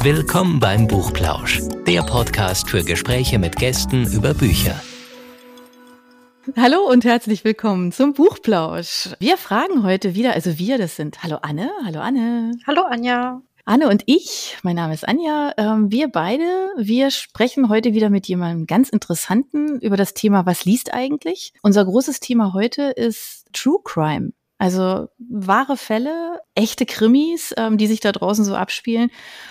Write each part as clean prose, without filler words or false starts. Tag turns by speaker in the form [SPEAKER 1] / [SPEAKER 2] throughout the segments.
[SPEAKER 1] Willkommen beim Buchplausch, der Podcast für Gespräche mit Gästen über Bücher.
[SPEAKER 2] Hallo und herzlich willkommen zum Buchplausch. Wir fragen heute wieder, das sind Hallo Anne.
[SPEAKER 3] Hallo Anja.
[SPEAKER 2] Anne und ich, mein Name ist Anja, wir sprechen heute wieder mit jemandem ganz Interessanten über das Thema, was liest eigentlich? Unser großes Thema heute ist True Crime. Also wahre Fälle, echte Krimis, die sich da draußen so abspielen.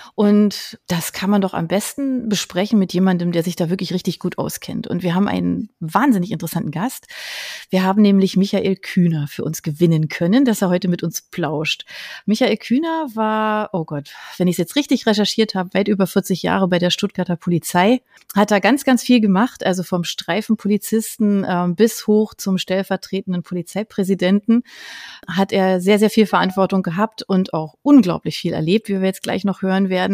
[SPEAKER 2] Und das kann man doch am besten besprechen mit jemandem, der sich da wirklich richtig gut auskennt. Und wir haben einen wahnsinnig interessanten Gast. Wir haben nämlich Michael Kühner für uns gewinnen können, dass er heute mit uns plauscht. Michael Kühner war, wenn ich es jetzt richtig recherchiert habe, weit über 40 Jahre bei der Stuttgarter Polizei. Hat da ganz, ganz viel gemacht, also vom Streifenpolizisten bis hoch zum stellvertretenden Polizeipräsidenten hat er sehr, sehr viel Verantwortung gehabt und auch unglaublich viel erlebt, wie wir jetzt gleich noch hören werden.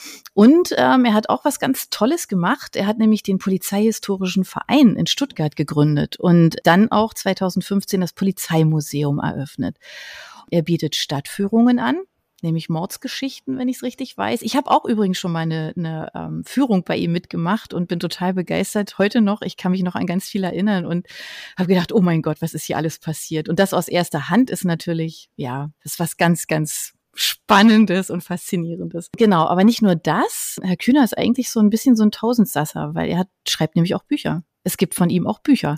[SPEAKER 2] Und er hat auch was ganz Tolles gemacht. Er hat nämlich den Polizeihistorischen Verein in Stuttgart gegründet und dann auch 2015 das Polizeimuseum eröffnet. Er bietet Stadtführungen an, nämlich Mordsgeschichten, wenn ich es richtig weiß. Ich habe auch übrigens schon mal eine Führung bei ihm mitgemacht und bin total begeistert. Heute noch, ich kann mich noch an ganz viel erinnern und habe gedacht, oh mein Gott, was ist hier alles passiert? Und das aus erster Hand ist natürlich, das ist was ganz, ganz Spannendes und Faszinierendes. Genau, aber nicht nur das. Herr Kühner ist eigentlich so ein bisschen so ein Tausendsasser, weil schreibt nämlich auch Bücher. Es gibt von ihm auch Bücher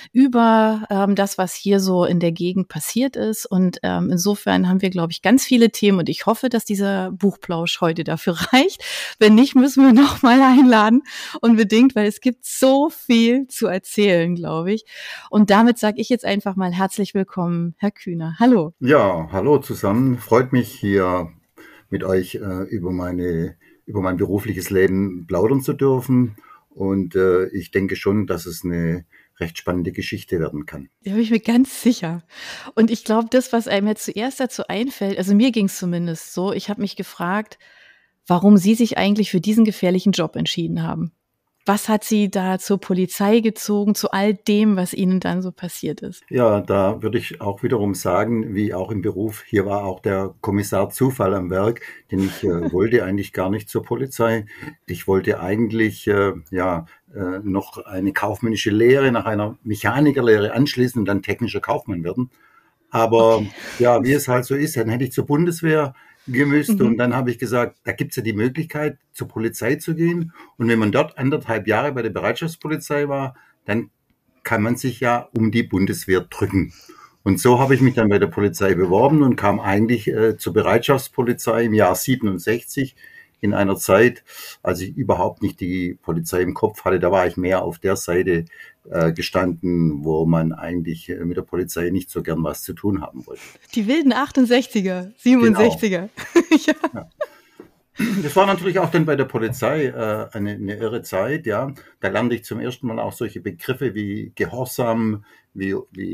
[SPEAKER 2] über das, was hier so in der Gegend passiert ist. Und insofern haben wir, glaube ich, ganz viele Themen. Und ich hoffe, dass dieser Buchplausch heute dafür reicht. Wenn nicht, müssen wir noch mal einladen. Unbedingt, weil es gibt so viel zu erzählen, glaube ich. Und damit sage ich jetzt einfach mal herzlich willkommen, Herr Kühner. Hallo.
[SPEAKER 4] Ja, hallo zusammen. Freut mich, hier mit euch über mein berufliches Leben plaudern zu dürfen. Und ich denke schon, dass es eine recht spannende Geschichte werden kann.
[SPEAKER 2] Da bin ich mir ganz sicher. Und ich glaube, das, was einem jetzt zuerst dazu einfällt, also mir ging es zumindest so, ich habe mich gefragt, warum Sie sich eigentlich für diesen gefährlichen Job entschieden haben. Was hat Sie da zur Polizei gezogen, zu all dem, was Ihnen dann so passiert ist?
[SPEAKER 4] Ja, da würde ich auch wiederum sagen, wie auch im Beruf, hier war auch der Kommissar Zufall am Werk, denn ich wollte eigentlich gar nicht zur Polizei. Ich wollte eigentlich noch eine kaufmännische Lehre nach einer Mechanikerlehre anschließen und dann technischer Kaufmann werden. Aber ja, wie es halt so ist, dann hätte ich zur Bundeswehr gemüsst und dann habe ich gesagt, da gibt's ja die Möglichkeit, zur Polizei zu gehen und wenn man dort 1,5 Jahre bei der Bereitschaftspolizei war, dann kann man sich ja um die Bundeswehr drücken. Und so habe ich mich dann bei der Polizei beworben und kam eigentlich zur Bereitschaftspolizei im Jahr 67 in einer Zeit, als ich überhaupt nicht die Polizei im Kopf hatte. Da war ich mehr auf der Seite gestanden, wo man eigentlich mit der Polizei nicht so gern was zu tun haben wollte.
[SPEAKER 2] Die wilden 68er, 67er.
[SPEAKER 4] Genau. Ja. Das war natürlich auch dann bei der Polizei eine irre Zeit, ja. Da lernte ich zum ersten Mal auch solche Begriffe wie Gehorsam, wie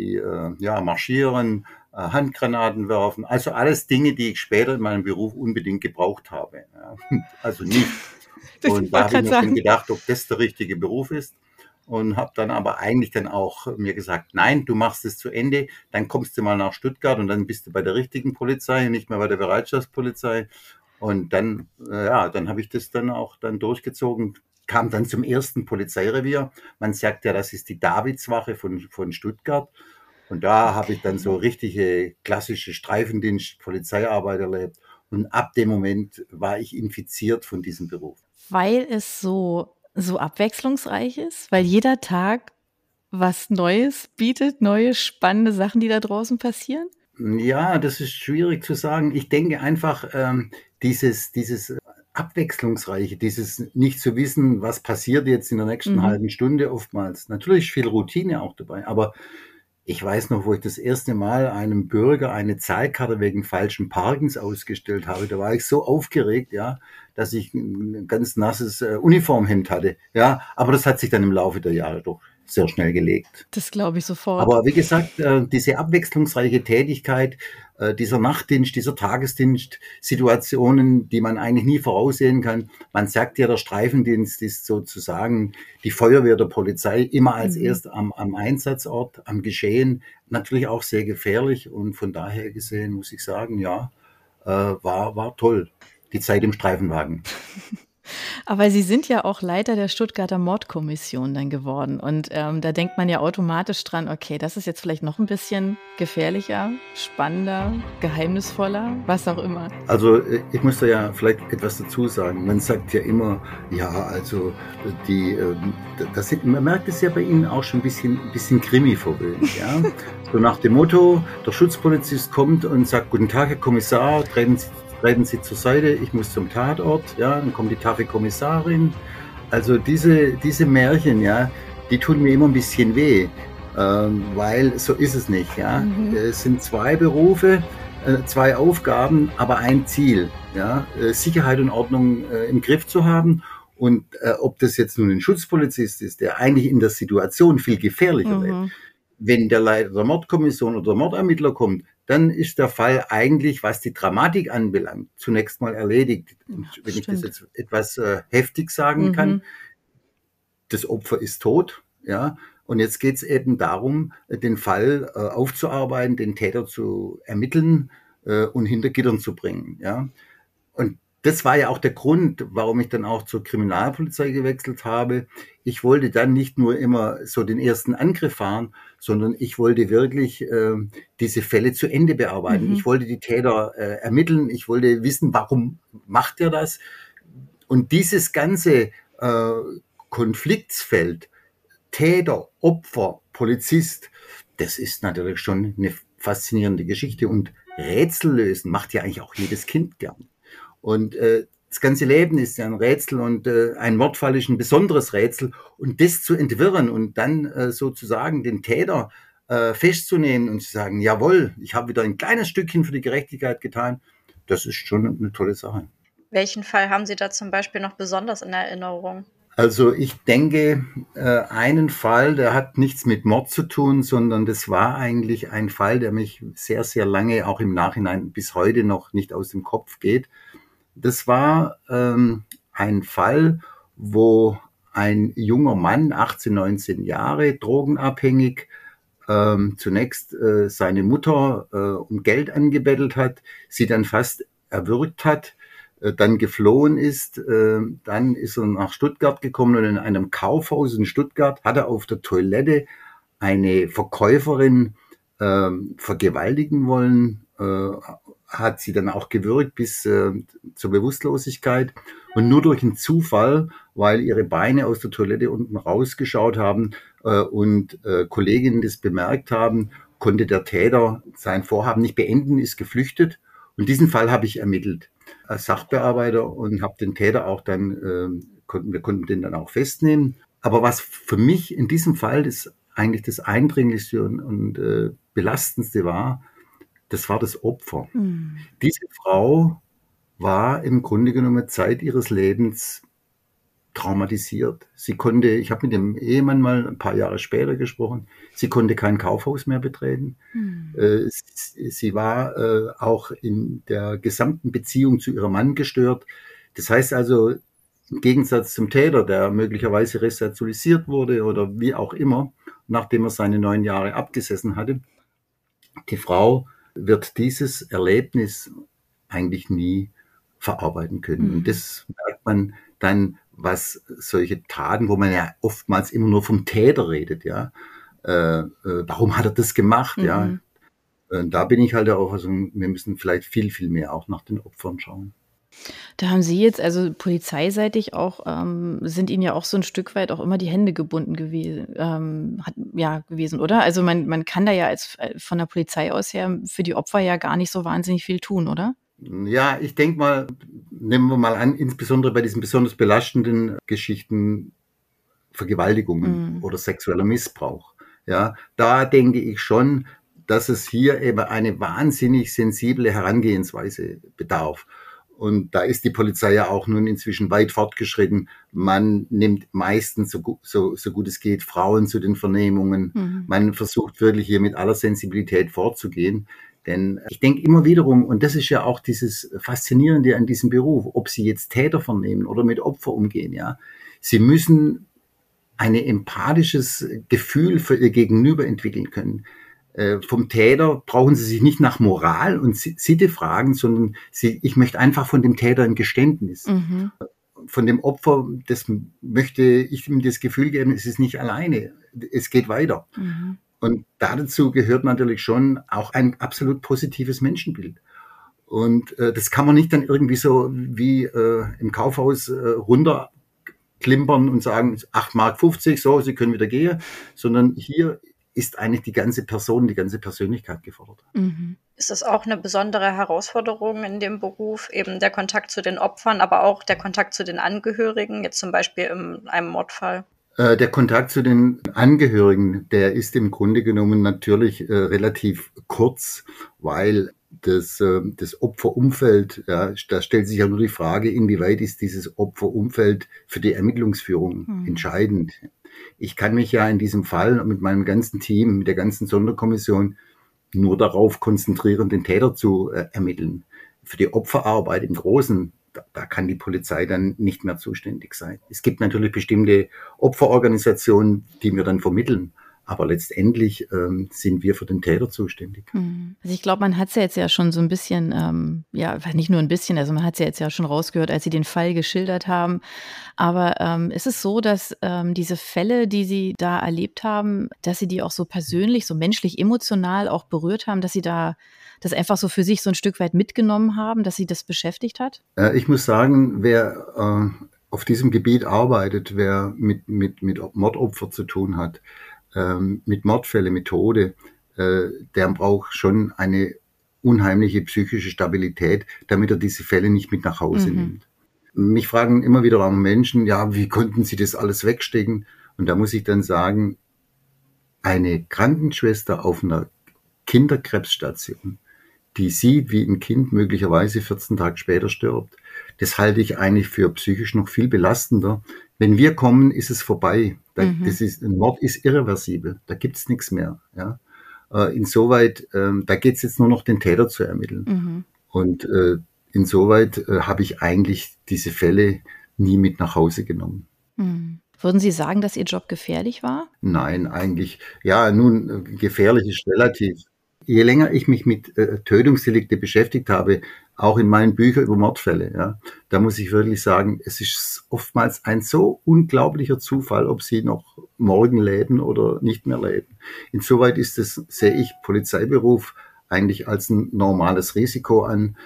[SPEAKER 4] Marschieren, Handgranaten werfen. Also alles Dinge, die ich später in meinem Beruf unbedingt gebraucht habe. Ja. Also nicht. Und da habe ich mir dann gedacht, ob das der richtige Beruf ist. Und habe dann aber eigentlich dann auch mir gesagt, nein, du machst es zu Ende, dann kommst du mal nach Stuttgart und dann bist du bei der richtigen Polizei und nicht mehr bei der Bereitschaftspolizei. Und dann habe ich das dann auch durchgezogen, kam dann zum ersten Polizeirevier. Man sagt ja, das ist die Davidswache von Stuttgart. Und da habe ich dann so richtige klassische Streifendienst-Polizeiarbeit erlebt. Und ab dem Moment war ich infiziert von diesem Beruf.
[SPEAKER 2] Weil es so abwechslungsreich ist, weil jeder Tag was Neues bietet, neue spannende Sachen, die da draußen passieren?
[SPEAKER 4] Ja, das ist schwierig zu sagen. Ich denke einfach, dieses Abwechslungsreiche, dieses nicht zu wissen, was passiert jetzt in der nächsten halben Stunde oftmals. Natürlich viel Routine auch dabei, aber ich weiß noch, wo ich das erste Mal einem Bürger eine Zahlkarte wegen falschen Parkens ausgestellt habe. Da war ich so aufgeregt, ja, dass ich ein ganz nasses Uniformhemd hatte. Ja, aber das hat sich dann im Laufe der Jahre doch sehr schnell gelegt.
[SPEAKER 2] Das glaube ich sofort.
[SPEAKER 4] Aber wie gesagt, diese abwechslungsreiche Tätigkeit, dieser Nachtdienst, dieser Tagesdienst, Situationen, die man eigentlich nie voraussehen kann. Man sagt ja, der Streifendienst ist sozusagen die Feuerwehr der Polizei, immer als erst am Einsatzort, am Geschehen. Natürlich auch sehr gefährlich und von daher gesehen muss ich sagen, ja, war toll. Die Zeit im Streifenwagen.
[SPEAKER 2] Aber Sie sind ja auch Leiter der Stuttgarter Mordkommission dann geworden. Und da denkt man ja automatisch dran, okay, das ist jetzt vielleicht noch ein bisschen gefährlicher, spannender, geheimnisvoller, was auch immer.
[SPEAKER 4] Also ich muss da ja vielleicht etwas dazu sagen. Man sagt ja immer, ja, also man merkt es ja bei Ihnen auch schon ein bisschen Krimi verwöhnt. Ja? So nach dem Motto, der Schutzpolizist kommt und sagt, guten Tag, Herr Kommissar, treten Sie zur Seite, ich muss zum Tatort, ja, dann kommt die taffe Kommissarin. Also diese Märchen, ja, die tun mir immer ein bisschen weh, weil so ist es nicht, ja. Es sind zwei Berufe, zwei Aufgaben, aber ein Ziel, ja, Sicherheit und Ordnung im Griff zu haben. Und ob das jetzt nun ein Schutzpolizist ist, der eigentlich in der Situation viel gefährlicher wird, wenn der Leiter der Mordkommission oder der Mordermittler kommt, dann ist der Fall eigentlich, was die Dramatik anbelangt, zunächst mal erledigt. Und wenn ich das jetzt etwas heftig sagen kann, das Opfer ist tot, ja, und jetzt geht es eben darum, den Fall aufzuarbeiten, den Täter zu ermitteln und hinter Gittern zu bringen, ja. Und das war ja auch der Grund, warum ich dann auch zur Kriminalpolizei gewechselt habe. Ich wollte dann nicht nur immer so den ersten Angriff fahren, sondern ich wollte wirklich diese Fälle zu Ende bearbeiten. Ich wollte die Täter ermitteln. Ich wollte wissen, warum macht er das? Und dieses ganze Konfliktsfeld, Täter, Opfer, Polizist, das ist natürlich schon eine faszinierende Geschichte. Und Rätsel lösen macht ja eigentlich auch jedes Kind gern. Und das ganze Leben ist ja ein Rätsel und ein Mordfall ist ein besonderes Rätsel. Und das zu entwirren und dann sozusagen den Täter festzunehmen und zu sagen, jawohl, ich habe wieder ein kleines Stückchen für die Gerechtigkeit getan, das ist schon eine tolle Sache.
[SPEAKER 3] Welchen Fall haben Sie da zum Beispiel noch besonders in Erinnerung?
[SPEAKER 4] Also ich denke, einen Fall, der hat nichts mit Mord zu tun, sondern das war eigentlich ein Fall, der mich sehr, sehr lange, auch im Nachhinein bis heute noch nicht aus dem Kopf geht. Das war ein Fall, wo ein junger Mann, 18, 19 Jahre, drogenabhängig, zunächst seine Mutter um Geld angebettelt hat, sie dann fast erwürgt hat, dann geflohen ist, dann ist er nach Stuttgart gekommen und in einem Kaufhaus in Stuttgart hat er auf der Toilette eine Verkäuferin vergewaltigen wollen, hat sie dann auch gewürgt bis zur Bewusstlosigkeit und nur durch einen Zufall, weil ihre Beine aus der Toilette unten rausgeschaut haben und Kolleginnen das bemerkt haben, konnte der Täter sein Vorhaben nicht beenden, ist geflüchtet und diesen Fall habe ich ermittelt als Sachbearbeiter und habe den Täter auch dann, wir konnten den dann auch festnehmen. Aber was für mich in diesem Fall eigentlich das Eindringlichste und Belastendste war, das war das Opfer. Diese Frau war im Grunde genommen Zeit ihres Lebens traumatisiert. Ich habe mit dem Ehemann mal ein paar Jahre später gesprochen, sie konnte kein Kaufhaus mehr betreten. Sie war auch in der gesamten Beziehung zu ihrem Mann gestört. Das heißt also, im Gegensatz zum Täter, der möglicherweise resozialisiert wurde oder wie auch immer, nachdem er seine 9 Jahre abgesessen hatte, die Frau wird dieses Erlebnis eigentlich nie verarbeiten können. Und das merkt man dann, was solche Taten, wo man ja oftmals immer nur vom Täter redet, ja, warum hat er das gemacht, ja. Da bin ich halt der Auffassung, wir müssen vielleicht viel, viel mehr auch nach den Opfern schauen.
[SPEAKER 2] Da haben Sie jetzt also polizeiseitig auch, sind Ihnen ja auch so ein Stück weit auch immer die Hände gebunden gewesen, oder? Also man kann da ja von der Polizei aus her für die Opfer ja gar nicht so wahnsinnig viel tun, oder?
[SPEAKER 4] Ja, ich denke mal, nehmen wir mal an, insbesondere bei diesen besonders belastenden Geschichten, Vergewaltigungen oder sexueller Missbrauch. Ja, da denke ich schon, dass es hier eben eine wahnsinnig sensible Herangehensweise bedarf. Und da ist die Polizei ja auch nun inzwischen weit fortgeschritten. Man nimmt meistens, so gut es geht, Frauen zu den Vernehmungen. Man versucht wirklich hier mit aller Sensibilität vorzugehen. Denn ich denke immer wiederum, und das ist ja auch dieses Faszinierende an diesem Beruf, ob Sie jetzt Täter vernehmen oder mit Opfer umgehen, ja. Sie müssen ein empathisches Gefühl für Ihr Gegenüber entwickeln können. Vom Täter brauchen Sie sich nicht nach Moral und Sitte fragen, sondern ich möchte einfach von dem Täter ein Geständnis. von dem Opfer, das möchte ich ihm das Gefühl geben, es ist nicht alleine, es geht weiter. Mhm. Und dazu gehört natürlich schon auch ein absolut positives Menschenbild. Und das kann man nicht dann irgendwie so wie im Kaufhaus runterklimpern und sagen, 8,50 Mark, so, Sie können wieder gehen, sondern hier ist eigentlich die ganze Person, die ganze Persönlichkeit gefordert.
[SPEAKER 3] Mhm. Ist es auch eine besondere Herausforderung in dem Beruf, eben der Kontakt zu den Opfern, aber auch der Kontakt zu den Angehörigen, jetzt zum Beispiel in einem Mordfall?
[SPEAKER 4] Der Kontakt zu den Angehörigen, der ist im Grunde genommen natürlich relativ kurz, weil das Opferumfeld, ja, da stellt sich ja nur die Frage, inwieweit ist dieses Opferumfeld für die Ermittlungsführung entscheidend. Ich kann mich ja in diesem Fall mit meinem ganzen Team, mit der ganzen Sonderkommission nur darauf konzentrieren, den Täter zu ermitteln. Für die Opferarbeit im Großen, da kann die Polizei dann nicht mehr zuständig sein. Es gibt natürlich bestimmte Opferorganisationen, die mir dann vermitteln. Aber letztendlich sind wir für den Täter zuständig.
[SPEAKER 2] Also ich glaube, man hat es ja jetzt ja schon so ein bisschen, nicht nur ein bisschen, also man hat es ja jetzt ja schon rausgehört, als Sie den Fall geschildert haben. Aber ist es so, dass diese Fälle, die Sie da erlebt haben, dass Sie die auch so persönlich, so menschlich, emotional auch berührt haben, dass Sie da das einfach so für sich so ein Stück weit mitgenommen haben, dass Sie das beschäftigt hat?
[SPEAKER 4] Ich muss sagen, wer auf diesem Gebiet arbeitet, wer mit Mordopfern zu tun hat, mit Mordfälle, mit Tode, der braucht schon eine unheimliche psychische Stabilität, damit er diese Fälle nicht mit nach Hause nimmt. Mich fragen immer wieder auch Menschen, ja, wie konnten Sie das alles wegstecken? Und da muss ich dann sagen, eine Krankenschwester auf einer Kinderkrebsstation, die sieht, wie ein Kind möglicherweise 14 Tage später stirbt, das halte ich eigentlich für psychisch noch viel belastender. Wenn wir kommen, ist es vorbei. Ein Mord ist irreversibel. Da gibt's nichts mehr. Ja? Insoweit, da geht's jetzt nur noch, den Täter zu ermitteln. Und insoweit habe ich eigentlich diese Fälle nie mit nach Hause genommen.
[SPEAKER 2] Würden Sie sagen, dass Ihr Job gefährlich war?
[SPEAKER 4] Nein, eigentlich, ja, nun, gefährlich ist relativ. Je länger ich mich mit Tötungsdelikte beschäftigt habe, auch in meinen Büchern über Mordfälle, ja, da muss ich wirklich sagen, es ist oftmals ein so unglaublicher Zufall, ob sie noch morgen leben oder nicht mehr leben. Insoweit ist es, sehe ich Polizeiberuf eigentlich als ein normales Risiko an.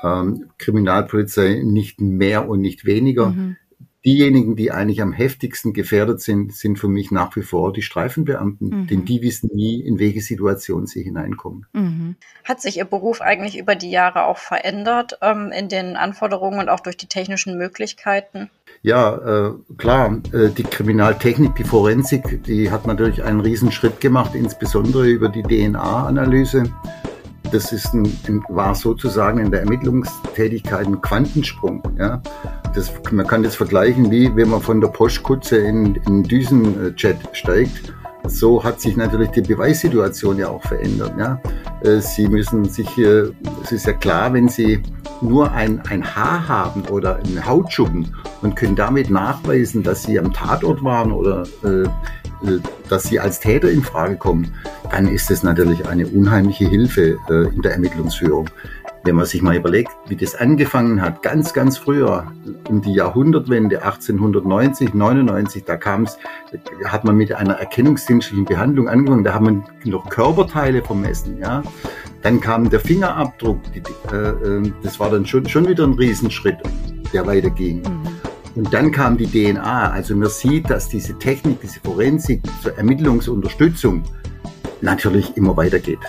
[SPEAKER 4] Kriminalpolizei nicht mehr und nicht weniger. Diejenigen, die eigentlich am heftigsten gefährdet sind, sind für mich nach wie vor die Streifenbeamten, denn die wissen nie, in welche Situation sie hineinkommen.
[SPEAKER 3] Hat sich Ihr Beruf eigentlich über die Jahre auch verändert, in den Anforderungen und auch durch die technischen Möglichkeiten?
[SPEAKER 4] Ja, klar, die Kriminaltechnik, die Forensik, die hat natürlich einen Riesenschritt gemacht, insbesondere über die DNA-Analyse. Das war sozusagen in der Ermittlungstätigkeit ein Quantensprung. Ja. Man kann das vergleichen, wie wenn man von der Postkutsche in einen Düsenjet steigt. So hat sich natürlich die Beweissituation ja auch verändert. Ja. Sie müssen sich, es ist ja klar, wenn Sie nur ein Haar haben oder einen Hautschuppen und können damit nachweisen, dass Sie am Tatort waren oder dass Sie als Täter in Frage kommen, dann ist es natürlich eine unheimliche Hilfe in der Ermittlungsführung. Wenn man sich mal überlegt, wie das angefangen hat, ganz, ganz früher, um die Jahrhundertwende, 1890, 99, hat man mit einer erkennungsdienstlichen Behandlung angefangen, da haben wir noch Körperteile vermessen, ja. Dann kam der Fingerabdruck, das war dann schon wieder ein Riesenschritt, der weiterging. Und dann kam die DNA, also man sieht, dass diese Technik, diese Forensik zur Ermittlungsunterstützung natürlich immer weitergeht.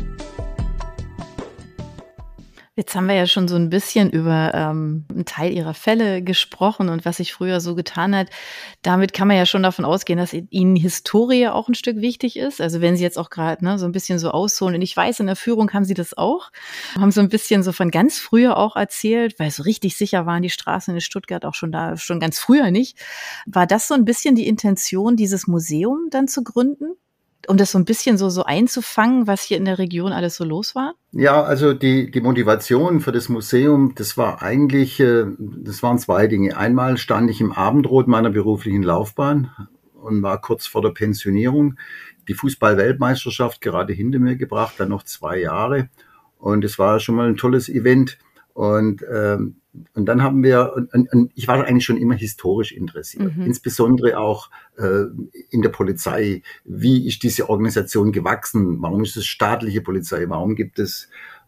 [SPEAKER 2] Jetzt haben wir ja schon so ein bisschen über einen Teil Ihrer Fälle gesprochen und was sich früher so getan hat. Damit kann man ja schon davon ausgehen, dass Ihnen Historie auch ein Stück wichtig ist. Also wenn Sie jetzt auch gerade so ein bisschen so ausholen, und ich weiß, in der Führung haben Sie das auch, haben so ein bisschen so von ganz früher auch erzählt, weil so richtig sicher waren die Straßen in Stuttgart auch schon ganz früher nicht. War das so ein bisschen die Intention, dieses Museum dann zu gründen? Um das so ein bisschen so einzufangen, was hier in der Region alles so los war?
[SPEAKER 4] Ja, also die Motivation für das Museum, das waren zwei Dinge. Einmal stand ich im Abendrot meiner beruflichen Laufbahn und war kurz vor der Pensionierung. Die Fußball-Weltmeisterschaft gerade hinter mir gebracht, dann noch 2 Jahre. Und es war schon mal ein tolles Event. Und Und dann haben wir, und ich war eigentlich schon immer historisch interessiert, insbesondere auch in der Polizei. Wie ist diese Organisation gewachsen? Warum ist es staatliche Polizei? Warum gibt es,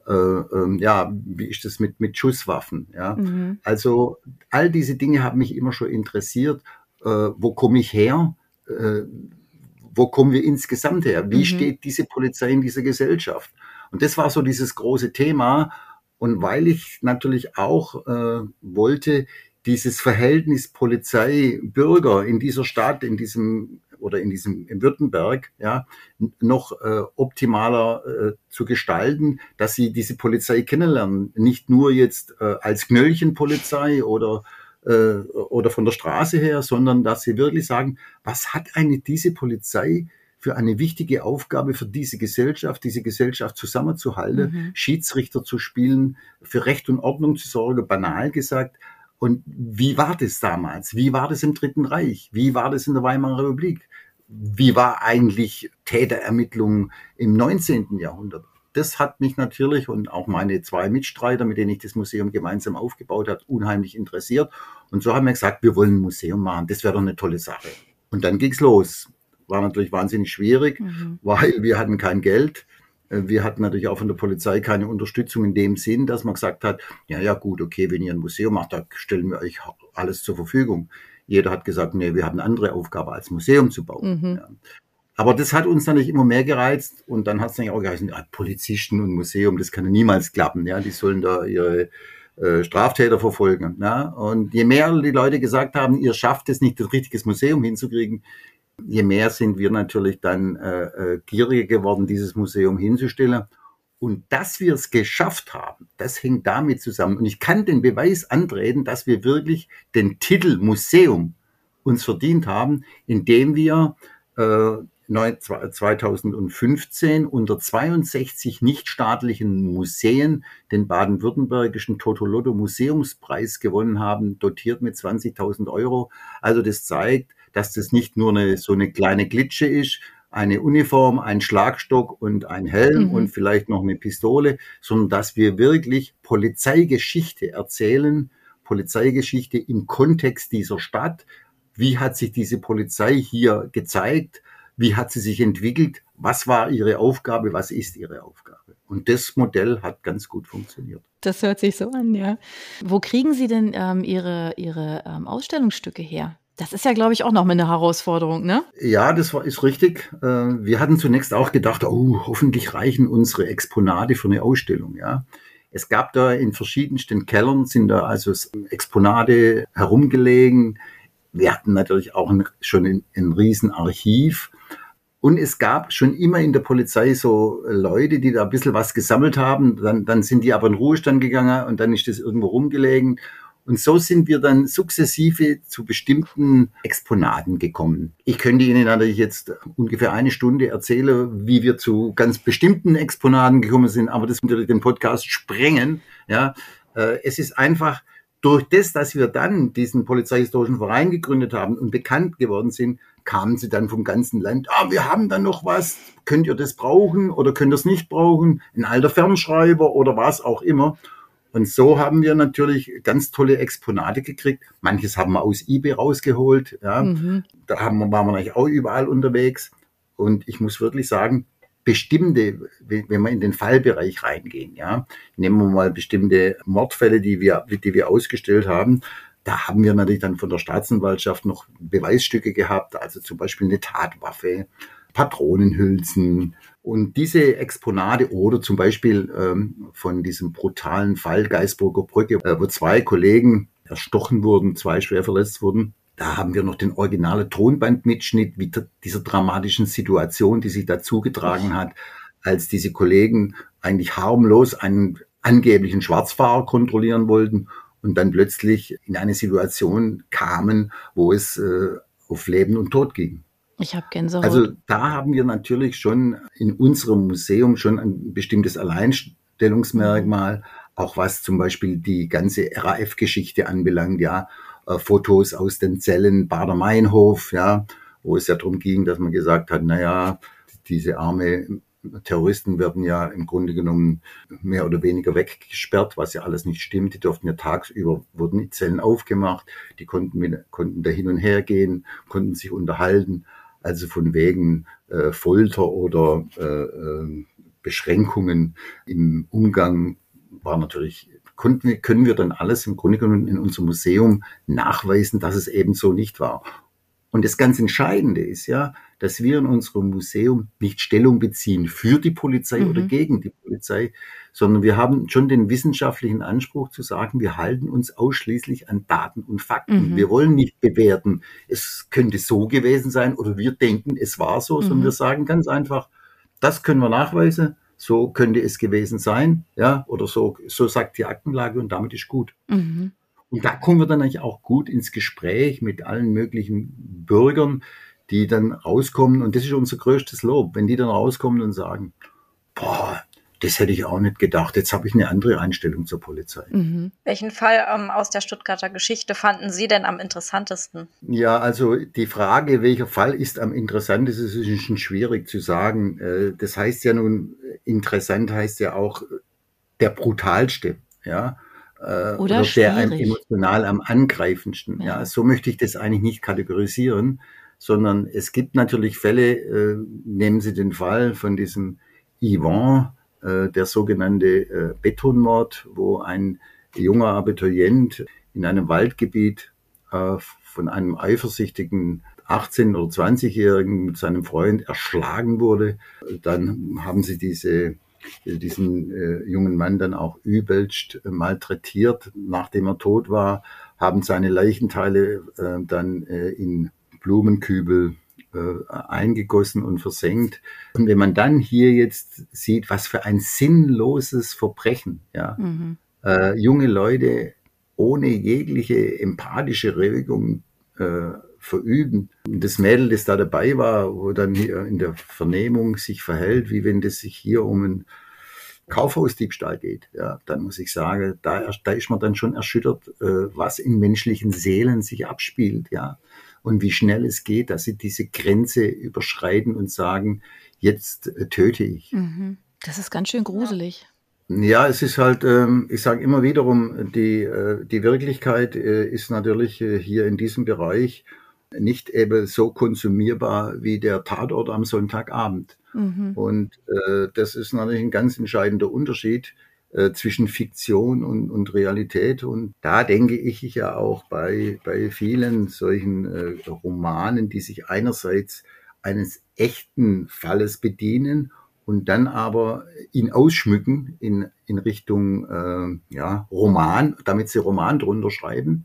[SPEAKER 4] wie ist das mit Schusswaffen? Ja? Also all diese Dinge haben mich immer schon interessiert. Wo komme ich her? Wo kommen wir insgesamt her? Wie steht diese Polizei in dieser Gesellschaft? Und das war so dieses große Thema. Und weil ich natürlich auch wollte, dieses Verhältnis Polizei-Bürger in dieser Stadt, in Württemberg, ja, noch optimaler zu gestalten, dass sie diese Polizei kennenlernen. Nicht nur jetzt als Knöllchenpolizei oder von der Straße her, sondern dass sie wirklich sagen, was hat eigentlich diese Polizei für eine wichtige Aufgabe für diese Gesellschaft zusammenzuhalten, Schiedsrichter zu spielen, für Recht und Ordnung zu sorgen, banal gesagt. Und wie war das damals? Wie war das im Dritten Reich? Wie war das in der Weimarer Republik? Wie war eigentlich Täterermittlung im 19. Jahrhundert? Das hat mich natürlich und auch meine 2 Mitstreiter, mit denen ich das Museum gemeinsam aufgebaut habe, unheimlich interessiert. Und so haben wir gesagt, wir wollen ein Museum machen. Das wäre doch eine tolle Sache. Und dann ging's los. War natürlich wahnsinnig schwierig, weil wir hatten kein Geld. Wir hatten natürlich auch von der Polizei keine Unterstützung in dem Sinn, dass man gesagt hat, ja gut, okay, wenn ihr ein Museum macht, da stellen wir euch alles zur Verfügung. Jeder hat gesagt, nee, wir haben eine andere Aufgabe als Museum zu bauen. Ja. Aber das hat uns natürlich immer mehr gereizt und dann hat es dann auch geheißen, Polizisten und Museum, das kann ja niemals klappen. Ja, die sollen da ihre Straftäter verfolgen. Ja. Und je mehr die Leute gesagt haben, ihr schafft es nicht, das richtige Museum hinzukriegen, je mehr sind wir natürlich dann gieriger geworden, dieses Museum hinzustellen. Und dass wir es geschafft haben, das hängt damit zusammen. Und ich kann den Beweis antreten, dass wir wirklich den Titel Museum uns verdient haben, indem wir 2015 unter 62 nichtstaatlichen Museen den baden-württembergischen Totolotto Museumspreis gewonnen haben, dotiert mit 20.000 Euro. Also das zeigt, dass das nicht nur so eine kleine Glitsche ist, eine Uniform, ein Schlagstock und ein Helm und vielleicht noch eine Pistole, sondern dass wir wirklich Polizeigeschichte erzählen, Polizeigeschichte im Kontext dieser Stadt. Wie hat sich diese Polizei hier gezeigt? Wie hat sie sich entwickelt? Was war ihre Aufgabe? Was ist ihre Aufgabe? Und das Modell hat ganz gut funktioniert.
[SPEAKER 2] Das hört sich so an, ja. Wo kriegen Sie denn Ihre Ausstellungsstücke her? Das ist ja, glaube ich, auch noch mal eine Herausforderung, ne?
[SPEAKER 4] Ja, ist richtig. Wir hatten zunächst auch gedacht, hoffentlich reichen unsere Exponate für eine Ausstellung, ja. Es gab da in verschiedensten Kellern, sind da also Exponate herumgelegen. Wir hatten natürlich auch schon ein Riesenarchiv. Und es gab schon immer in der Polizei so Leute, die da ein bisschen was gesammelt haben. Dann sind die aber in Ruhestand gegangen und dann ist das irgendwo rumgelegen. Und so sind wir dann sukzessive zu bestimmten Exponaten gekommen. Ich könnte Ihnen natürlich jetzt ungefähr 1 Stunde erzählen, wie wir zu ganz bestimmten Exponaten gekommen sind, aber das würde den Podcast sprengen. Ja, es ist einfach durch das, dass wir dann diesen Polizeihistorischen Verein gegründet haben und bekannt geworden sind, kamen sie dann vom ganzen Land. Wir haben dann noch was. Könnt ihr das brauchen oder könnt ihr es nicht brauchen? Ein alter Fernschreiber oder was auch immer. Und so haben wir natürlich ganz tolle Exponate gekriegt. Manches haben wir aus eBay rausgeholt. Ja. Da waren wir natürlich auch überall unterwegs. Und ich muss wirklich sagen, bestimmte, wenn wir in den Fallbereich reingehen, ja, nehmen wir mal bestimmte Mordfälle, die wir ausgestellt haben. Da haben wir natürlich dann von der Staatsanwaltschaft noch Beweisstücke gehabt, also zum Beispiel eine Tatwaffe, Patronenhülsen und diese Exponate oder zum Beispiel von diesem brutalen Fall Geisburger Brücke, wo 2 Kollegen erstochen wurden, 2 schwer verletzt wurden. Da haben wir noch den originalen Tonbandmitschnitt mit dieser dramatischen Situation, die sich da zugetragen hat, als diese Kollegen eigentlich harmlos einen angeblichen Schwarzfahrer kontrollieren wollten und dann plötzlich in eine Situation kamen, wo es auf Leben und Tod ging.
[SPEAKER 2] Ich habe Gänsehaut.
[SPEAKER 4] Also da haben wir natürlich schon in unserem Museum schon ein bestimmtes Alleinstellungsmerkmal, auch was zum Beispiel die ganze RAF-Geschichte anbelangt, ja, Fotos aus den Zellen Baader-Meinhof, ja, wo es ja darum ging, dass man gesagt hat, naja, diese arme Terroristen werden ja im Grunde genommen mehr oder weniger weggesperrt, was ja alles nicht stimmt. Die durften ja tagsüber, wurden die Zellen aufgemacht, die konnten da hin und her gehen, konnten sich unterhalten. Also von wegen Folter oder Beschränkungen im Umgang war natürlich, können wir dann alles im Grunde genommen in unserem Museum nachweisen, dass es eben so nicht war. Und das ganz Entscheidende ist ja, dass wir in unserem Museum nicht Stellung beziehen für die Polizei oder gegen die Polizei, sondern wir haben schon den wissenschaftlichen Anspruch zu sagen, wir halten uns ausschließlich an Daten und Fakten. Wir wollen nicht bewerten, es könnte so gewesen sein oder wir denken, es war so, sondern wir sagen ganz einfach, das können wir nachweisen, so könnte es gewesen sein, ja, oder so sagt die Aktenlage und damit ist gut. Und da kommen wir dann eigentlich auch gut ins Gespräch mit allen möglichen Bürgern, die dann rauskommen. Und das ist unser größtes Lob, wenn die dann rauskommen und sagen, boah, das hätte ich auch nicht gedacht. Jetzt habe ich eine andere Einstellung zur Polizei.
[SPEAKER 3] Welchen Fall aus der Stuttgarter Geschichte fanden Sie denn am interessantesten?
[SPEAKER 4] Ja, also die Frage, welcher Fall ist am interessantesten, ist schon schwierig zu sagen. Das heißt ja nun, interessant heißt ja auch der brutalste, ja. Oder der einem emotional am angreifendsten. Ja, so möchte ich das eigentlich nicht kategorisieren, sondern es gibt natürlich Fälle, nehmen Sie den Fall von diesem Yvon, der sogenannte Betonmord, wo ein junger Abiturient in einem Waldgebiet von einem eifersüchtigen 18- oder 20-Jährigen mit seinem Freund erschlagen wurde. Dann haben sie diesen jungen Mann dann auch übelst malträtiert, nachdem er tot war, haben seine Leichenteile dann in Blumenkübel eingegossen und versenkt. Und wenn man dann hier jetzt sieht, was für ein sinnloses Verbrechen, ja, junge Leute ohne jegliche empathische Regung verüben. Und das Mädel, das da dabei war, wo dann hier in der Vernehmung sich verhält, wie wenn es sich hier um einen Kaufhausdiebstahl geht, ja, dann muss ich sagen, da ist man dann schon erschüttert, was in menschlichen Seelen sich abspielt, ja, und wie schnell es geht, dass sie diese Grenze überschreiten und sagen, jetzt töte ich.
[SPEAKER 2] Das ist ganz schön gruselig.
[SPEAKER 4] Ja, es ist halt, ich sage immer wiederum, die Wirklichkeit ist natürlich hier in diesem Bereich nicht eben so konsumierbar wie der Tatort am Sonntagabend. Und das ist natürlich ein ganz entscheidender Unterschied zwischen Fiktion und Realität. Und da denke ich ja auch bei vielen solchen Romanen, die sich einerseits eines echten Falles bedienen und dann aber ihn ausschmücken in Richtung Roman, damit sie Roman drunter schreiben.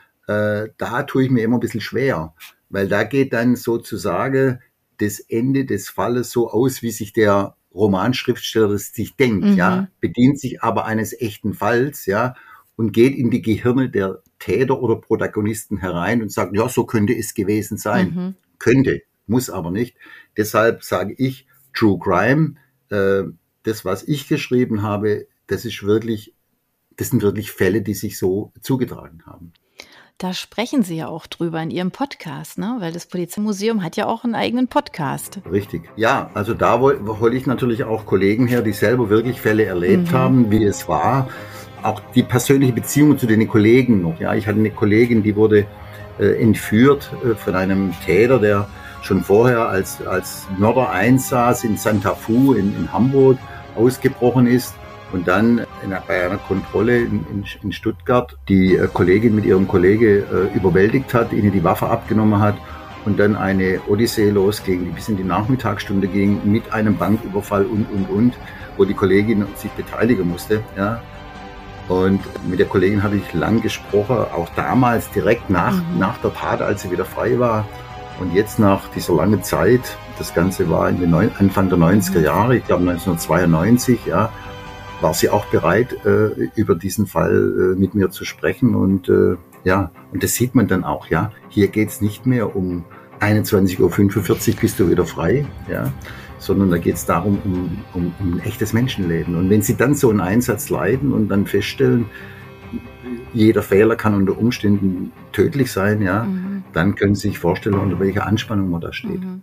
[SPEAKER 4] Da tue ich mir immer ein bisschen schwer, weil da geht dann sozusagen das Ende des Falles so aus, wie sich der Romanschriftsteller das sich denkt, ja, bedient sich aber eines echten Falls, ja, und geht in die Gehirne der Täter oder Protagonisten herein und sagt, ja, so könnte es gewesen sein. Könnte, muss aber nicht. Deshalb sage ich, True Crime, das, was ich geschrieben habe, das sind wirklich Fälle, die sich so zugetragen haben.
[SPEAKER 2] Da sprechen Sie ja auch drüber in Ihrem Podcast, ne? Weil das Polizeimuseum hat ja auch einen eigenen Podcast.
[SPEAKER 4] Richtig. Ja, also da hole ich natürlich auch Kollegen her, die selber wirklich Fälle erlebt haben, wie es war. Auch die persönliche Beziehung zu den Kollegen noch. Ja, ich hatte eine Kollegin, die wurde entführt von einem Täter, der schon vorher als Mörder einsaß in Santa Fu in Hamburg, ausgebrochen ist. Und dann bei einer Kontrolle in Stuttgart die Kollegin mit ihrem Kollege überwältigt hat, ihnen die Waffe abgenommen hat und dann eine Odyssee losging, die bis in die Nachmittagsstunde ging, mit einem Banküberfall und, wo die Kollegin sich beteiligen musste. Ja. Und mit der Kollegin habe ich lang gesprochen, auch damals direkt nach der Tat, als sie wieder frei war. Und jetzt nach dieser langen Zeit, das Ganze war in den Anfang der 90er Jahre, ich glaube 1992, ja, war sie auch bereit, über diesen Fall mit mir zu sprechen. Und und das sieht man dann auch, ja. Hier geht's nicht mehr um 21:45 Uhr bist du wieder frei, ja, sondern da geht's darum, um ein echtes Menschenleben. Und wenn sie dann so einen Einsatz leiten und dann feststellen, jeder Fehler kann unter Umständen tödlich sein, ja, dann können Sie sich vorstellen, unter welcher Anspannung man da steht.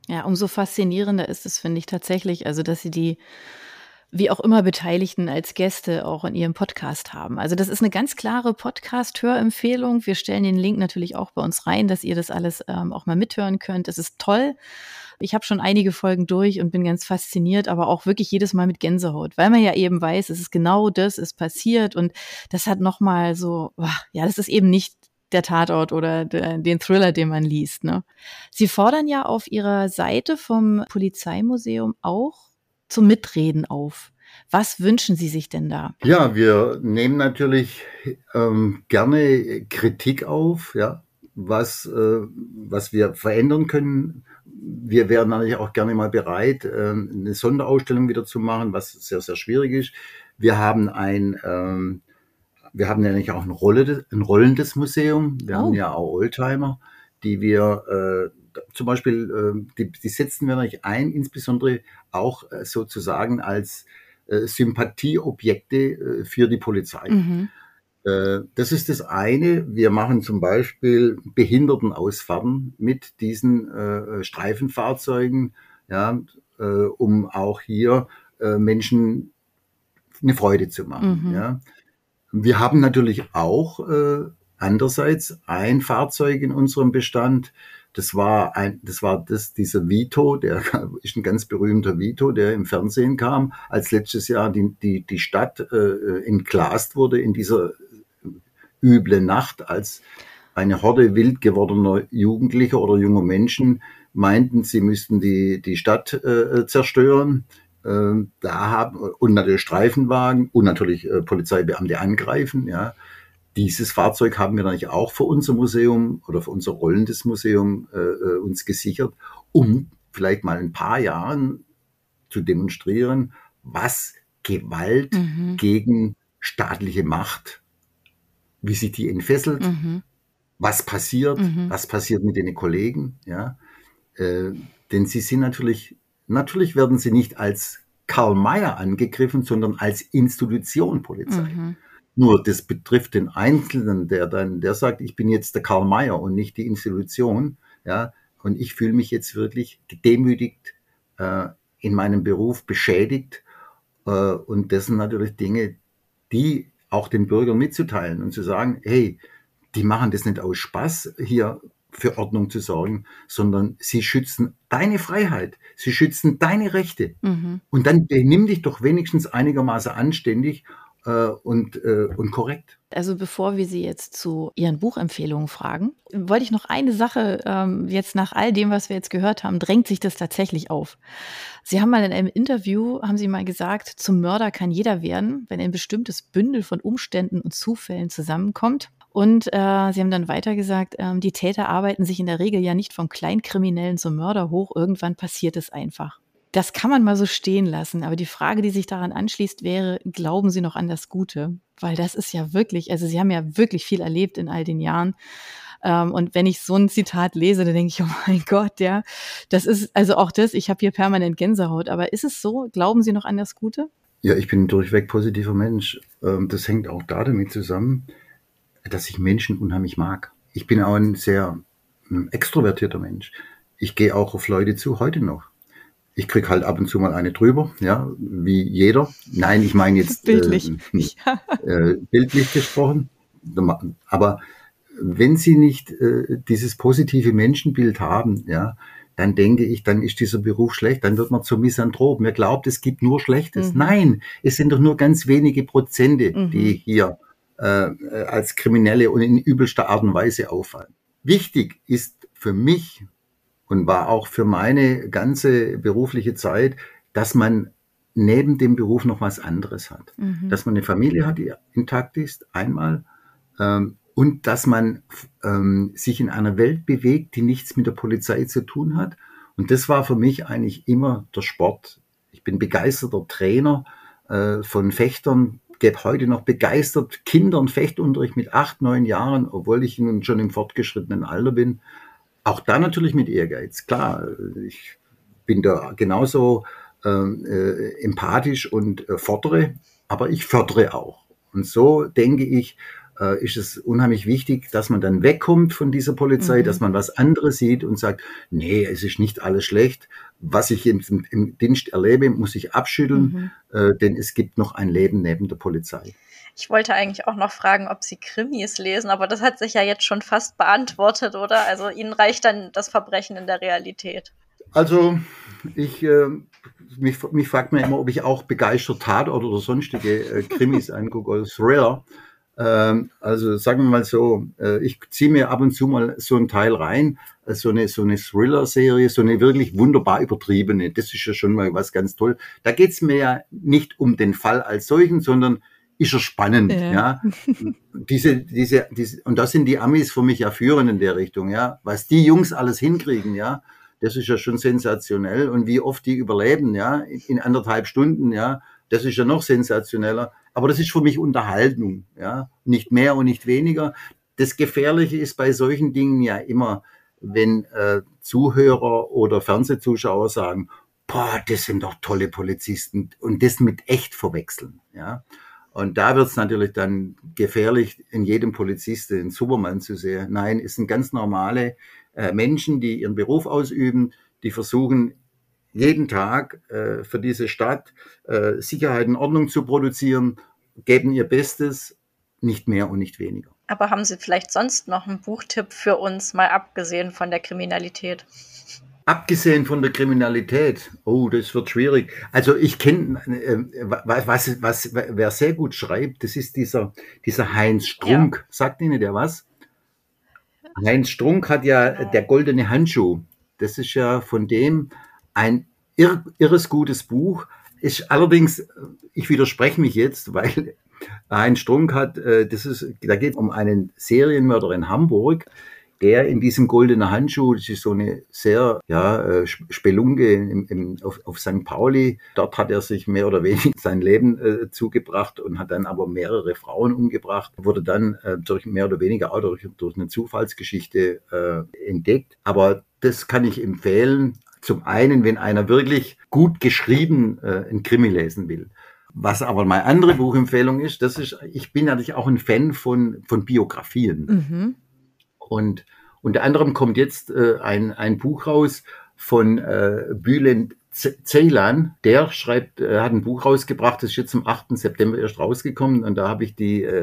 [SPEAKER 2] Ja, umso faszinierender ist es, finde ich tatsächlich, also dass Sie die wie auch immer Beteiligten als Gäste auch in Ihrem Podcast haben. Also das ist eine ganz klare Podcast-Hörempfehlung. Wir stellen den Link natürlich auch bei uns rein, dass ihr das alles auch mal mithören könnt. Das ist toll. Ich habe schon einige Folgen durch und bin ganz fasziniert, aber auch wirklich jedes Mal mit Gänsehaut, weil man ja eben weiß, es ist genau das, ist passiert und das hat nochmal so, ja, das ist eben nicht der Tatort oder den Thriller, den man liest, ne? Sie fordern ja auf Ihrer Seite vom Polizeimuseum auch zum Mitreden auf. Was wünschen Sie sich denn da?
[SPEAKER 4] Ja, wir nehmen natürlich gerne Kritik auf, ja, was wir verändern können. Wir wären natürlich auch gerne mal bereit, eine Sonderausstellung wieder zu machen, was sehr, sehr schwierig ist. Wir haben nämlich auch ein rollendes Museum. Wir haben ja auch Oldtimer, die wir zum Beispiel, die setzen wir natürlich ein, insbesondere auch sozusagen als Sympathieobjekte für die Polizei.
[SPEAKER 2] Mhm.
[SPEAKER 4] Das ist das eine. Wir machen zum Beispiel Behindertenausfahrten mit diesen Streifenfahrzeugen, ja, um auch hier Menschen eine Freude zu machen.
[SPEAKER 2] Mhm.
[SPEAKER 4] Ja. Wir haben natürlich auch andererseits ein Fahrzeug in unserem Bestand. Dieser Vito, der ist ein ganz berühmter Vito, der im Fernsehen kam, als letztes Jahr die Stadt entglast wurde in dieser üble Nacht, als eine Horde wild gewordener Jugendlicher oder junger Menschen meinten, sie müssten die Stadt zerstören. Und natürlich Streifenwagen und natürlich Polizeibeamte angreifen. Ja. Dieses Fahrzeug haben wir natürlich auch für unser Museum oder für unser rollendes Museum uns gesichert, um vielleicht mal in ein paar Jahren zu demonstrieren, was Gewalt gegen staatliche Macht, wie sich die entfesselt, was passiert mit den Kollegen. Ja. Denn sie sind natürlich werden sie nicht als Karl Mayer angegriffen, sondern als Institution Polizei. Nur das betrifft den Einzelnen, der sagt, ich bin jetzt der Karl Mayer und nicht die Institution. Ja, und ich fühle mich jetzt wirklich gedemütigt, in meinem Beruf beschädigt. Und das sind natürlich Dinge, die auch den Bürgern mitzuteilen und zu sagen, hey, die machen das nicht aus Spaß, hier für Ordnung zu sorgen, sondern sie schützen deine Freiheit, sie schützen deine Rechte. Und dann benimm dich doch wenigstens einigermaßen anständig und korrekt.
[SPEAKER 2] Also bevor wir Sie jetzt zu Ihren Buchempfehlungen fragen, wollte ich noch eine Sache, jetzt nach all dem, was wir jetzt gehört haben, drängt sich das tatsächlich auf. Sie haben mal in einem Interview, haben Sie mal gesagt, zum Mörder kann jeder werden, wenn ein bestimmtes Bündel von Umständen und Zufällen zusammenkommt. Und Sie haben dann weiter gesagt, die Täter arbeiten sich in der Regel ja nicht vom Kleinkriminellen zum Mörder hoch, irgendwann passiert es einfach. Das kann man mal so stehen lassen, aber die Frage, die sich daran anschließt, wäre, glauben Sie noch an das Gute? Weil das ist ja wirklich, also Sie haben ja wirklich viel erlebt in all den Jahren. Und wenn ich so ein Zitat lese, dann denke ich, oh mein Gott, ja, das ist, also auch das, ich habe hier permanent Gänsehaut, aber ist es so? Glauben Sie noch an das Gute?
[SPEAKER 4] Ja, ich bin ein durchweg positiver Mensch. Das hängt auch damit zusammen, dass ich Menschen unheimlich mag. Ich bin auch ein sehr extrovertierter Mensch. Ich gehe auch auf Leute zu, heute noch. Ich krieg halt ab und zu mal eine drüber, ja, wie jeder. Nein, ich meine jetzt
[SPEAKER 2] bildlich,
[SPEAKER 4] bildlich gesprochen. Aber wenn Sie nicht dieses positive Menschenbild haben, ja, dann denke ich, dann ist dieser Beruf schlecht, dann wird man zum Misanthrop. Mir glaubt, es gibt nur Schlechtes. Nein, es sind doch nur ganz wenige Prozente, die hier als Kriminelle und in übelster Art und Weise auffallen. Wichtig ist für mich und war auch für meine ganze berufliche Zeit, dass man neben dem Beruf noch was anderes hat. Dass man eine Familie hat, die intakt ist, einmal, und dass man sich in einer Welt bewegt, die nichts mit der Polizei zu tun hat. Und das war für mich eigentlich immer der Sport. Ich bin begeisterter Trainer von Fechtern, gebe heute noch begeistert Kindern Fechtunterricht mit 8, 9 Jahren, obwohl ich nun schon im fortgeschrittenen Alter bin. Auch da natürlich mit Ehrgeiz. Klar, ich bin da genauso empathisch und fordere, aber ich fördere auch. Und so denke ich, ist es unheimlich wichtig, dass man dann wegkommt von dieser Polizei, dass man was anderes sieht und sagt, nee, es ist nicht alles schlecht. Was ich im Dienst erlebe, muss ich abschütteln, denn es gibt noch ein Leben neben der Polizei.
[SPEAKER 3] Ich wollte eigentlich auch noch fragen, ob Sie Krimis lesen, aber das hat sich ja jetzt schon fast beantwortet, oder? Also Ihnen reicht dann das Verbrechen in der Realität.
[SPEAKER 4] Also mich fragt man immer, ob ich auch begeistert Tatort oder sonstige Krimis angucke oder Thriller. Also sagen wir mal so, ich ziehe mir ab und zu mal so ein Teil rein, so eine Thriller-Serie, so eine wirklich wunderbar übertriebene. Das ist ja schon mal was ganz toll. Da geht's mir ja nicht um den Fall als solchen, sondern ist er spannend, ja. Diese, und da sind die Amis für mich ja führend in der Richtung, ja. Was die Jungs alles hinkriegen, ja, das ist ja schon sensationell. Und wie oft die überleben, ja, in 1,5 Stunden, ja, das ist ja noch sensationeller. Aber das ist für mich Unterhaltung, ja, nicht mehr und nicht weniger. Das Gefährliche ist bei solchen Dingen ja immer, wenn Zuhörer oder Fernsehzuschauer sagen, boah, das sind doch tolle Polizisten und das mit echt verwechseln, ja. Und da wird es natürlich dann gefährlich, in jedem Polizist den Superman zu sehen. Nein, es sind ganz normale Menschen, die ihren Beruf ausüben, die versuchen, jeden Tag für diese Stadt Sicherheit und Ordnung zu produzieren, geben ihr Bestes, nicht mehr und nicht weniger.
[SPEAKER 3] Aber haben Sie vielleicht sonst noch einen Buchtipp für uns, mal abgesehen von der Kriminalität?
[SPEAKER 4] Abgesehen von der Kriminalität, oh, das wird schwierig. Also ich kenne, wer sehr gut schreibt, das ist dieser Heinz Strunk. Ja. Sagt Ihnen der was? Heinz Strunk hat ja Der goldene Handschuh. Das ist ja von dem ein irres gutes Buch. Ist allerdings, ich widerspreche mich jetzt, weil Heinz Strunk hat, da geht es um einen Serienmörder in Hamburg, der in diesem goldenen Handschuh, das ist so eine sehr Spelunke auf St. Pauli, dort hat er sich mehr oder weniger sein Leben zugebracht und hat dann aber mehrere Frauen umgebracht, wurde dann durch mehr oder weniger auch durch eine Zufallsgeschichte entdeckt. Aber das kann ich empfehlen, zum einen, wenn einer wirklich gut geschrieben ein Krimi lesen will. Was aber meine andere Buchempfehlung ist, ich bin natürlich auch ein Fan von Biografien. Mhm. Und unter anderem kommt jetzt ein Buch raus von Bülent Ceylan. Der hat ein Buch rausgebracht, das ist jetzt am 8. September erst rausgekommen. Und da habe ich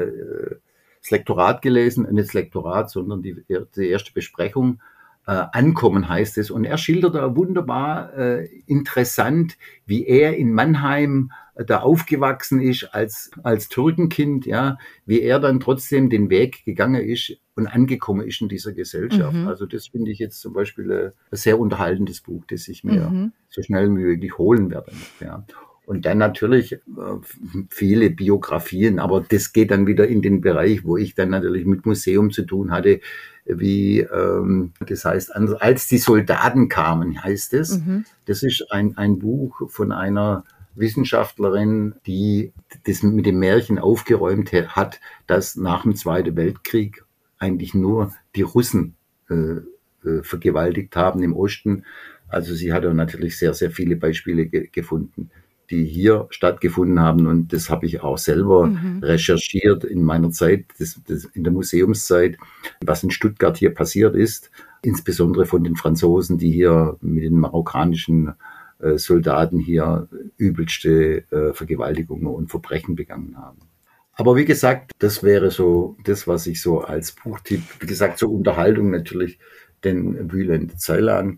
[SPEAKER 4] das Lektorat gelesen, nicht das Lektorat, sondern die erste Besprechung. Ankommen heißt es. Und er schildert da wunderbar interessant, wie er in Mannheim da aufgewachsen ist als Türkenkind, ja, wie er dann trotzdem den Weg gegangen ist und angekommen ist in dieser Gesellschaft. Mhm. Also das finde ich jetzt zum Beispiel ein sehr unterhaltendes Buch, das ich mir so schnell wie möglich holen werde. Ja. Und dann natürlich viele Biografien, aber das geht dann wieder in den Bereich, wo ich dann natürlich mit Museum zu tun hatte, wie das heißt, als die Soldaten kamen, heißt es. Mhm. Das ist ein Buch von einer Wissenschaftlerin, die das mit dem Märchen aufgeräumt hat, dass nach dem Zweiten Weltkrieg eigentlich nur die Russen vergewaltigt haben im Osten. Also sie hat auch natürlich sehr, sehr viele Beispiele gefunden, die hier stattgefunden haben. Und das habe ich auch selber recherchiert in meiner Zeit, in der Museumszeit, was in Stuttgart hier passiert ist, insbesondere von den Franzosen, die hier mit den marokkanischen Soldaten hier übelste Vergewaltigungen und Verbrechen begangen haben. Aber wie gesagt, das wäre so das, was ich so als Buchtipp, wie gesagt, zur Unterhaltung natürlich den Bülent Ceylan.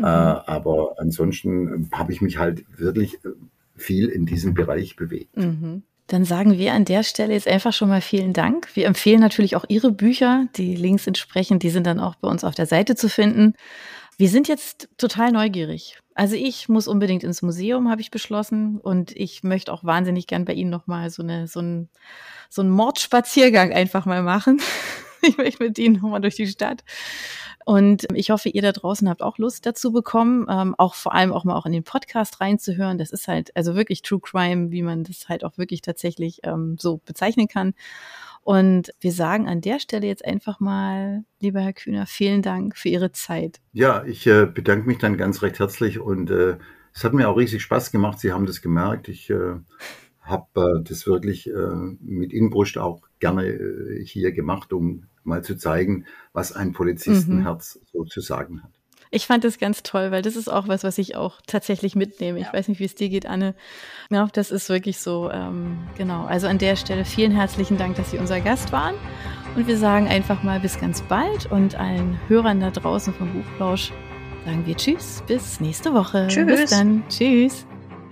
[SPEAKER 4] Aber ansonsten habe ich mich halt wirklich viel in diesem Bereich bewegt.
[SPEAKER 2] Mhm. Dann sagen wir an der Stelle jetzt einfach schon mal vielen Dank. Wir empfehlen natürlich auch Ihre Bücher, die Links entsprechend, die sind dann auch bei uns auf der Seite zu finden. Wir sind jetzt total neugierig. Also ich muss unbedingt ins Museum, habe ich beschlossen. Und ich möchte auch wahnsinnig gern bei Ihnen nochmal so einen Mordspaziergang einfach mal machen. Ich möchte mit Ihnen nochmal durch die Stadt. Und ich hoffe, ihr da draußen habt auch Lust dazu bekommen, auch vor allem auch mal in den Podcast reinzuhören. Das ist halt also wirklich True Crime, wie man das halt auch wirklich tatsächlich so bezeichnen kann. Und wir sagen an der Stelle jetzt einfach mal, lieber Herr Kühner, vielen Dank für Ihre Zeit.
[SPEAKER 4] Ja, ich bedanke mich dann ganz recht herzlich und es hat mir auch riesig Spaß gemacht. Sie haben das gemerkt. Ich habe das wirklich mit Inbrunst auch gerne hier gemacht, um mal zu zeigen, was ein Polizistenherz so zu sagen hat.
[SPEAKER 2] Ich fand das ganz toll, weil das ist auch was ich auch tatsächlich mitnehme. Ich weiß nicht, wie es dir geht, Anne. Ja, das ist wirklich so, genau. Also an der Stelle vielen herzlichen Dank, dass Sie unser Gast waren. Und wir sagen einfach mal bis ganz bald und allen Hörern da draußen vom Buchplausch sagen wir Tschüss, bis nächste Woche.
[SPEAKER 3] Tschüss.
[SPEAKER 2] Bis dann. Tschüss.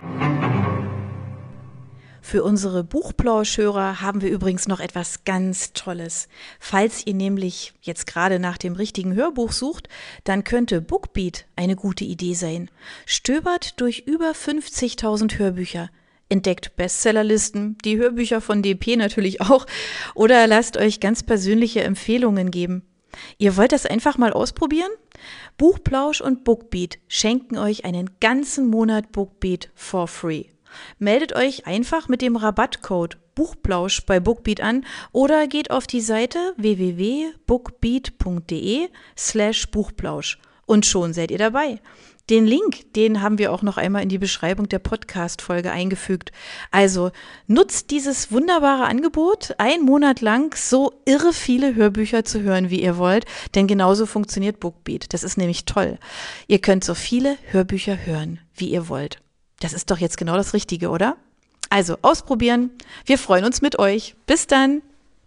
[SPEAKER 2] Für unsere Buchplauschhörer haben wir übrigens noch etwas ganz Tolles. Falls ihr nämlich jetzt gerade nach dem richtigen Hörbuch sucht, dann könnte Bookbeat eine gute Idee sein. Stöbert durch über 50.000 Hörbücher. Entdeckt Bestsellerlisten, die Hörbücher von DP natürlich auch, oder lasst euch ganz persönliche Empfehlungen geben. Ihr wollt das einfach mal ausprobieren? Buchplausch und Bookbeat schenken euch einen ganzen Monat Bookbeat for free. Meldet euch einfach mit dem Rabattcode Buchplausch bei Bookbeat an oder geht auf die Seite www.bookbeat.de/Buchplausch und schon seid ihr dabei. Den Link, den haben wir auch noch einmal in die Beschreibung der Podcast-Folge eingefügt. Also nutzt dieses wunderbare Angebot, einen Monat lang so irre viele Hörbücher zu hören, wie ihr wollt, denn genauso funktioniert Bookbeat. Das ist nämlich toll. Ihr könnt so viele Hörbücher hören, wie ihr wollt. Das ist doch jetzt genau das Richtige, oder? Also ausprobieren. Wir freuen uns mit euch. Bis dann.